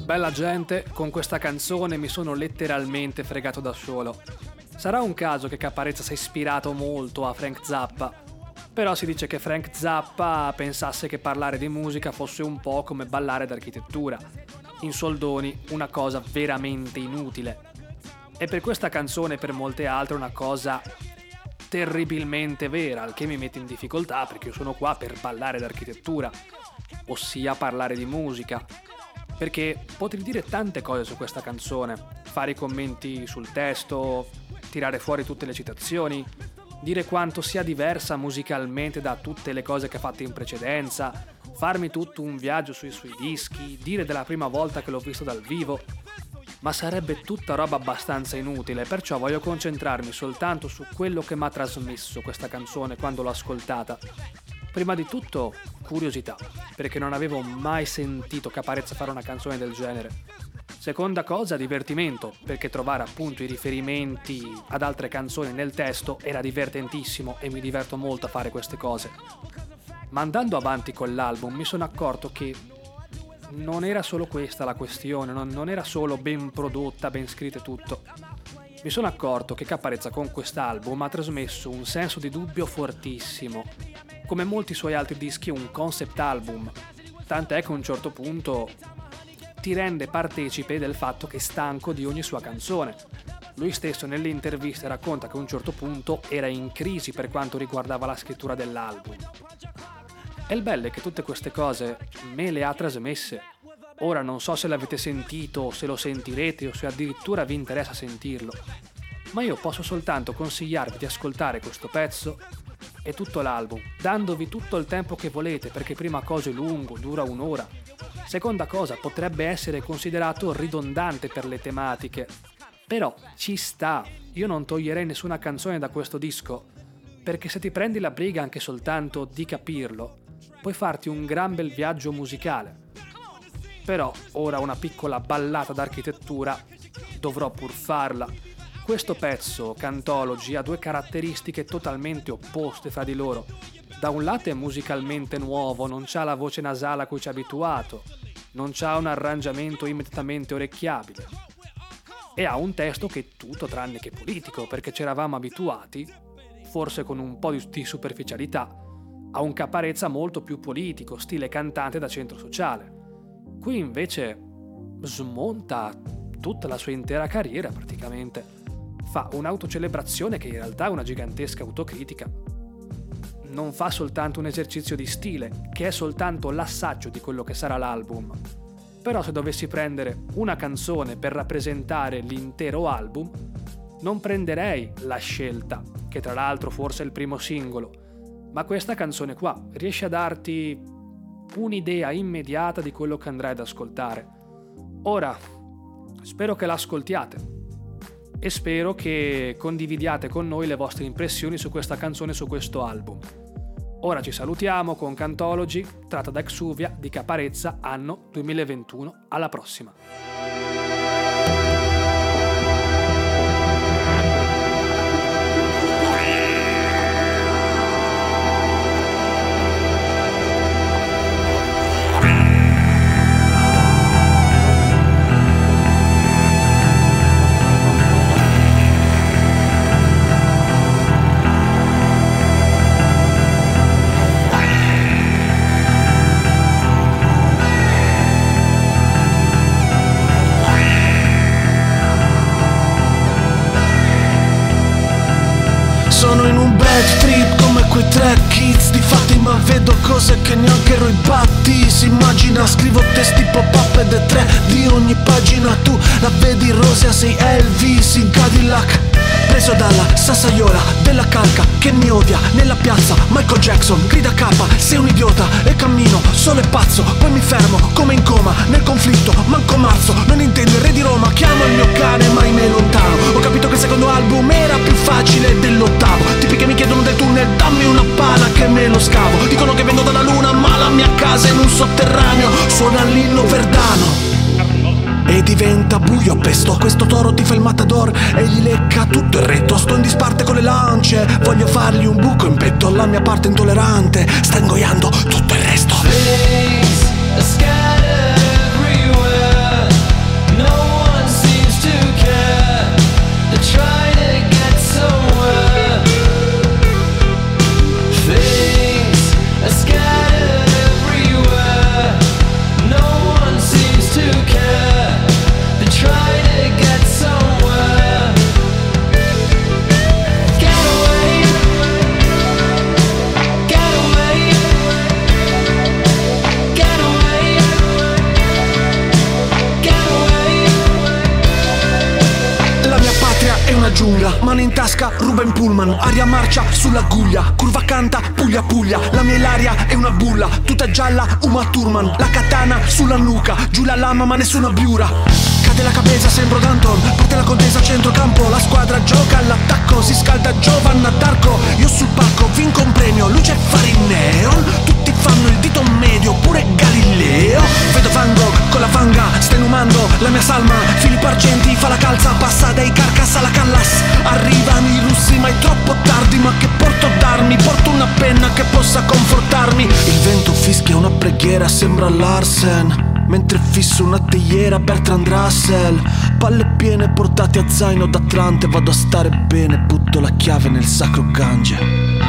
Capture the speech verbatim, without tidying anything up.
bella gente, con questa canzone mi sono letteralmente fregato da solo. Sarà un caso che Caparezza si è ispirato molto a Frank Zappa, però si dice che Frank Zappa pensasse che parlare di musica fosse un po' come ballare d'architettura. In soldoni, una cosa veramente inutile. E per questa canzone e per molte altre una cosa terribilmente vera, al che mi mette in difficoltà perché io sono qua per ballare d'architettura, ossia parlare di musica. Perché potrei dire tante cose su questa canzone, fare i commenti sul testo, tirare fuori tutte le citazioni, dire quanto sia diversa musicalmente da tutte le cose che ha fatto in precedenza, farmi tutto un viaggio sui suoi dischi, dire della prima volta che l'ho visto dal vivo, ma sarebbe tutta roba abbastanza inutile, perciò voglio concentrarmi soltanto su quello che mi ha trasmesso questa canzone quando l'ho ascoltata. Prima di tutto, curiosità, perché non avevo mai sentito Caparezza fare una canzone del genere. Seconda cosa, divertimento, perché trovare appunto i riferimenti ad altre canzoni nel testo era divertentissimo e mi diverto molto a fare queste cose. Ma andando avanti con l'album mi sono accorto che non era solo questa la questione, non, non era solo ben prodotta, ben scritta e tutto. Mi sono accorto che Caparezza con quest'album ha trasmesso un senso di dubbio fortissimo. Come molti suoi altri dischi è un concept album, tant'è che a un certo punto ti rende partecipe del fatto che è stanco di ogni sua canzone. Lui stesso nelle interviste racconta che a un certo punto era in crisi per quanto riguardava la scrittura dell'album. E il bello è che tutte queste cose me le ha trasmesse. Ora non so se l'avete sentito, se lo sentirete o se addirittura vi interessa sentirlo, ma io posso soltanto consigliarvi di ascoltare questo pezzo e tutto l'album, dandovi tutto il tempo che volete, perché prima cosa è lungo, dura un'ora. Seconda cosa, potrebbe essere considerato ridondante per le tematiche, però ci sta. Io non toglierei nessuna canzone da questo disco, perché se ti prendi la briga anche soltanto di capirlo, puoi farti un gran bel viaggio musicale. Però ora una piccola ballata d'architettura dovrò pur farla. Questo pezzo, Cantology, ha due caratteristiche totalmente opposte fra di loro. Da un lato è musicalmente nuovo, non c'ha la voce nasale a cui ci ha abituato, non c'ha un arrangiamento immediatamente orecchiabile, e ha un testo che è tutto tranne che politico, perché ci eravamo abituati, forse con un po' di superficialità, a un Caparezza molto più politico, stile cantante da centro sociale. Qui invece smonta tutta la sua intera carriera praticamente. Fa un'autocelebrazione che in realtà è una gigantesca autocritica. Non fa soltanto un esercizio di stile, che è soltanto l'assaggio di quello che sarà l'album. Però se dovessi prendere una canzone per rappresentare l'intero album, non prenderei La Scelta, che tra l'altro forse è il primo singolo, ma questa canzone qua riesce a darti un'idea immediata di quello che andrai ad ascoltare. Ora, spero che l'ascoltiate e spero che condividiate con noi le vostre impressioni su questa canzone, su questo album. Ora ci salutiamo con Cantology, tratta da Exuvia di Caparezza, anno duemilaventuno. Alla prossima! Sono in un bad trip come quei tre kids di fatti, ma vedo cose che neanche ero impatti. Si immagina, scrivo testi pop-up ed è tre di ogni pagina. Tu la vedi rosea, sei Elvis in Cadillac, preso dalla sassaiola della calca che mi odia nella piazza. Michael Jackson grida capa, sei un idiota e cammino solo e pazzo. Poi mi fermo come in coma nel conflitto, manco marzo, non intendo il re di Roma. Chiamo il mio cane ma ahimè lontano. Ho capito che il secondo album era più facile dell'ottavo. Tipi che mi chiedono del tunnel, dammi una pala che me lo scavo. Dicono che vengo dalla luna ma la mia casa è in un sotterraneo. Suona l'inno verdano e diventa buio, pesto. Questo toro ti fa il matador e gli lecca tutto il retto. Sto in disparte con le lance, voglio fargli un buco in petto. La mia parte intollerante sta ingoiando tutto il resto. Space, scattered everywhere. mano in tasca, ruba in pullman. Aria marcia sulla guglia, curva canta, Puglia Puglia. La mia Ilaria è una bulla, tutta gialla, Uma Thurman. La katana sulla nuca, giù la lama ma nessuna biura. Cade la cabeza, sembro Danton, parte la contesa centrocampo. La squadra gioca all'attacco, si scalda Giovanna d'Arco. Io sul palco vinco un premio, luce fare in neon. Tutti fanno il dito medio, pure Galileo. Vedo Van Gogh con la vanga, sta inumando la mia salma. Filippo Argenti fa la calza, passa dai Carcass alla Callas. Arrivano i russi ma è troppo tardi. Ma che porto d'armi, porto una penna che possa confortarmi. Il vento fischia una preghiera, sembra Larsen. Mentre fisso una teiera Bertrand Russell. Palle piene portate a zaino d'Atlante. Vado a stare bene, butto la chiave nel sacro Gange.